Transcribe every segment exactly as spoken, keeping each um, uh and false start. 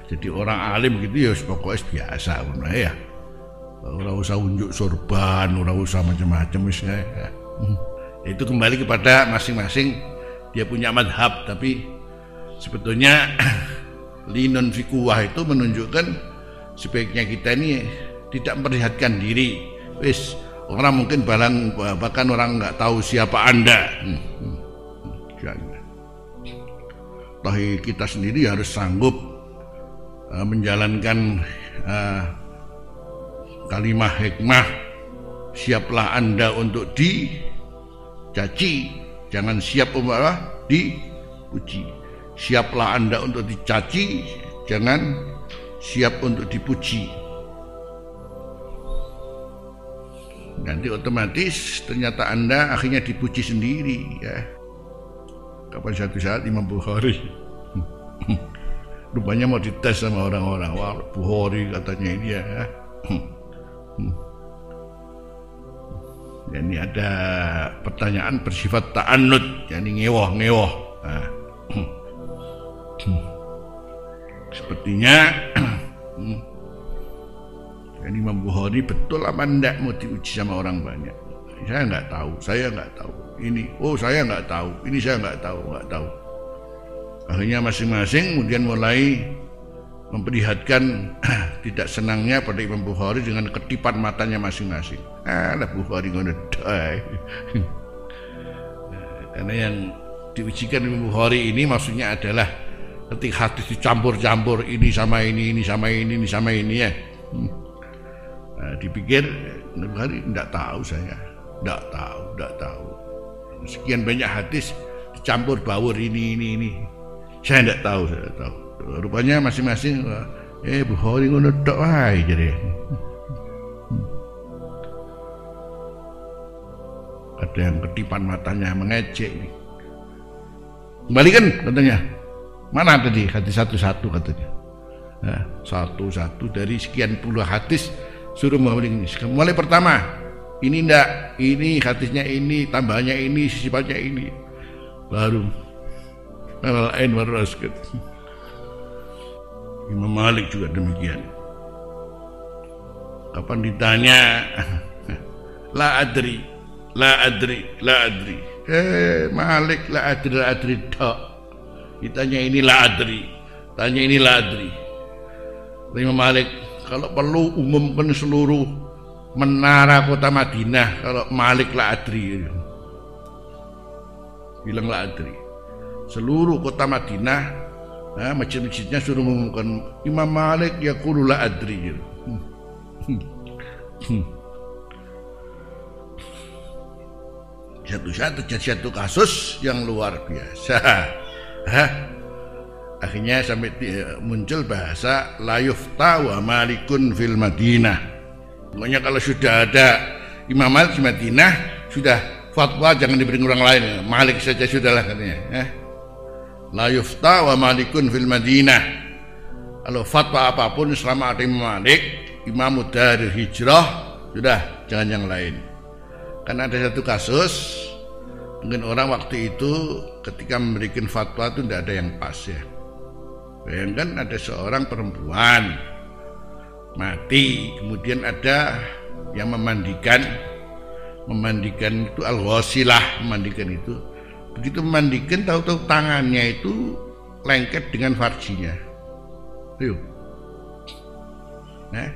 Jadi orang alim gitu ya pokoknya biasa ya. Ora usah unjuk sorban, ora usah macam-macam wis ya. Itu kembali kepada masing-masing dia punya madhab, tapi sebetulnya linun fikuwah itu menunjukkan sebaiknya kita ini tidak memperlihatkan diri. Wis orang mungkin balang, bahkan orang nggak tahu siapa Anda. Hmm, hmm, jangan. Tapi kita sendiri harus sanggup uh, menjalankan uh, kalimat hikmah. Siaplah Anda untuk dicaci, jangan siap untuk dipuji. Siaplah Anda untuk dicaci, jangan siap untuk dipuji. Nanti otomatis ternyata Anda akhirnya dipuji sendiri ya. Kapan suatu saat Imam Bukhari rupanya mau dites sama orang-orang, wah Bukhari katanya ini ya. Ini ada pertanyaan bersifat ta'annud, yakni ngewoh-ngewoh. Nah. Sepertinya ini Imam Bukhari betul apa enggak mau diuji sama orang banyak? Saya nggak tahu, saya nggak tahu. Ini, oh saya nggak tahu, ini saya nggak tahu, nggak tahu. Akhirnya masing-masing kemudian mulai memperlihatkan tidak senangnya pada Imam Bukhari dengan ketipan matanya masing-masing. Alah Bukhari ngono dae. Karena yang diujikan Imam Bukhari ini maksudnya adalah ketika hadis dicampur-campur ini sama ini, ini sama ini, ini sama ini ya. Nah, dipikir Imam Bukhari tidak tahu saya, tidak tahu, tidak tahu. Sekian banyak hadis dicampur baur ini, ini, ini. Saya tidak tahu, saya tidak tahu. Rupanya masing-masing eh Bukhari ngono tok wae jadi. Ada yang ketipan matanya mengejek. Kembalikan katanya. Mana tadi hadis satu-satu katanya. Nah, satu-satu dari sekian puluh hadis suruh membalikin. Mulai pertama, ini ndak, ini hadisnya ini, tambahannya ini, sifatnya ini. Baru al-ain waraskat. Imam Malik juga demikian. Kapan ditanya, la adri, la adri, la adri. Eh Malik la adri, la adri tok. Ditanya ini la adri, tanya ini la adri. Imam Malik, kalau perlu umumkan seluruh menara kota Madinah, kalau Malik la adri. Bilang la adri. Seluruh kota Madinah, nah, masjid-masjidnya suruh mengumumkan Imam Malik yaqulu la adri. Hmm. Hmm. Hmm. Satu-satu jadi satu kasus yang luar biasa. Hah? Akhirnya sampai muncul bahasa la yufta wa malikun fil Madinah. Pokoknya kalau sudah ada Imam Malik di Madinah, sudah fatwa jangan diberi orang lain, Malik saja sudahlah katanya. Eh? La yufta wa malikun fil Madinah. Kalau fatwa apapun selama ada Imam Malik, Imam dari hijrah, sudah jangan yang lain. Karena ada satu kasus, mungkin orang waktu itu ketika memberikan fatwa itu tidak ada yang pas ya. Bayangkan ada seorang perempuan mati, kemudian ada yang memandikan, memandikan itu al-ghasilah, memandikan itu. Begitu memandikan, tahu-tahu tangannya itu lengket dengan farjinya. Ayo. Nah.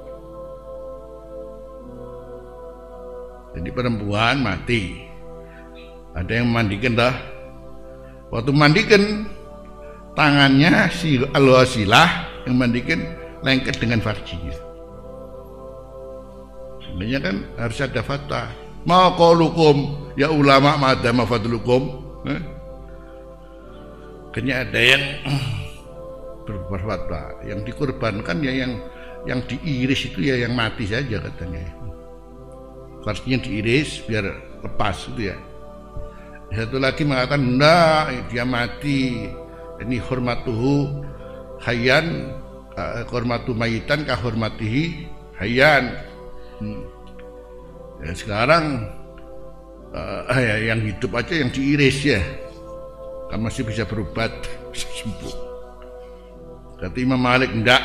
Jadi perempuan mati. Ada yang memandikan dah. Waktu memandikan, tangannya si al-wasilah yang memandikan lengket dengan farjinya. Sebenarnya kan harus ada fatwa. Ma qaulukum ya ulama madama fadlukum. Eh? Kayaknya ada yang berfatwa, yang dikorbankan ya yang yang diiris itu ya yang mati saja katanya. Farjinya diiris biar lepas itu ya. Satu lagi mengatakan enggak, dia mati. Ini hormatuhu hayyan, hormatu mayitan ka hormatihi hayyan. Hmm. Ya, sekarang uh, ya, yang hidup aja yang diiris ya, kan masih bisa berobat, bisa sembuh. Kata Imam Malik, enggak,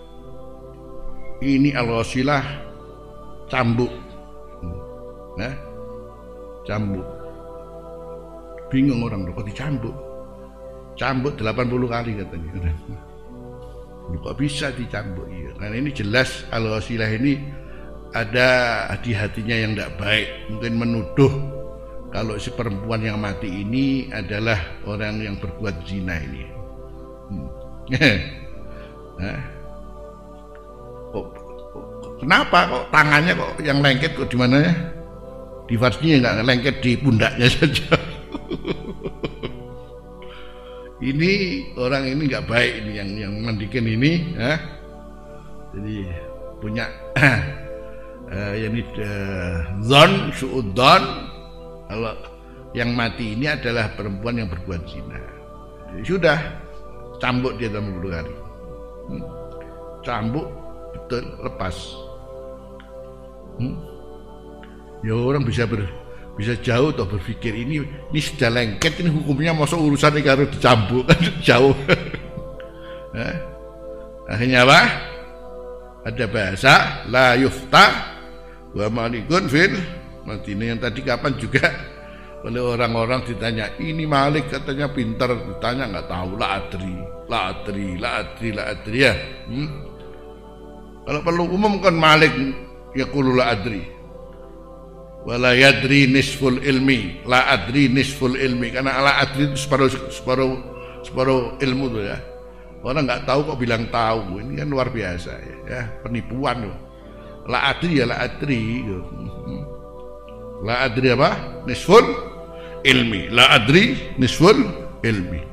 ini al-wasilah cambuk, nah, cambuk. Bingung orang, kok dicambuk? Cambuk delapan puluh kali katanya. Kok bisa dicambuk? Iya, karena ini jelas al-wasilah ini ada di hatinya yang tidak baik, mungkin menuduh kalau si perempuan yang mati ini adalah orang yang berbuat zina ini. Hmm. Nah, kok, kok, kenapa kok tangannya kok yang lengket kok di mananya? Di farjinya nggak lengket, di pundaknya saja. Ini orang ini nggak baik ini yang yang mandikan ini, ya. Jadi punya uh, yang ini uh, zon suudzon kalau yang mati ini adalah perempuan yang berbuat zina. Jadi sudah cambuk dia dalam puluh hari, hmm. Cambuk betul, lepas. Hmm. Ya orang bisa ber bisa jauh atau berpikir ini ini sudah lengket, ini hukumnya masuk urusan ini harus dicambuk kan jauh. Nah, akhirnya apa? Ada bahasa la yufta wa malikun fil Madinah yang tadi kapan juga oleh orang-orang ditanya, ini Malik katanya pintar, ditanya nggak tahu, la adri, la adri, la adri, la adri ya. Hmm? Kalau perlu umum kan Malik ya qulu la adri. Wala yadri nisful ilmi, la adri nisful ilmi, karena la adri itu separuh separuh separuh ilmu tuh ya. Orang nggak tahu kok bilang tahu, ini kan luar biasa ya, ya penipuan loh. La adri ya la adri, la adri apa? Nisful ilmi, la adri nisful ilmi.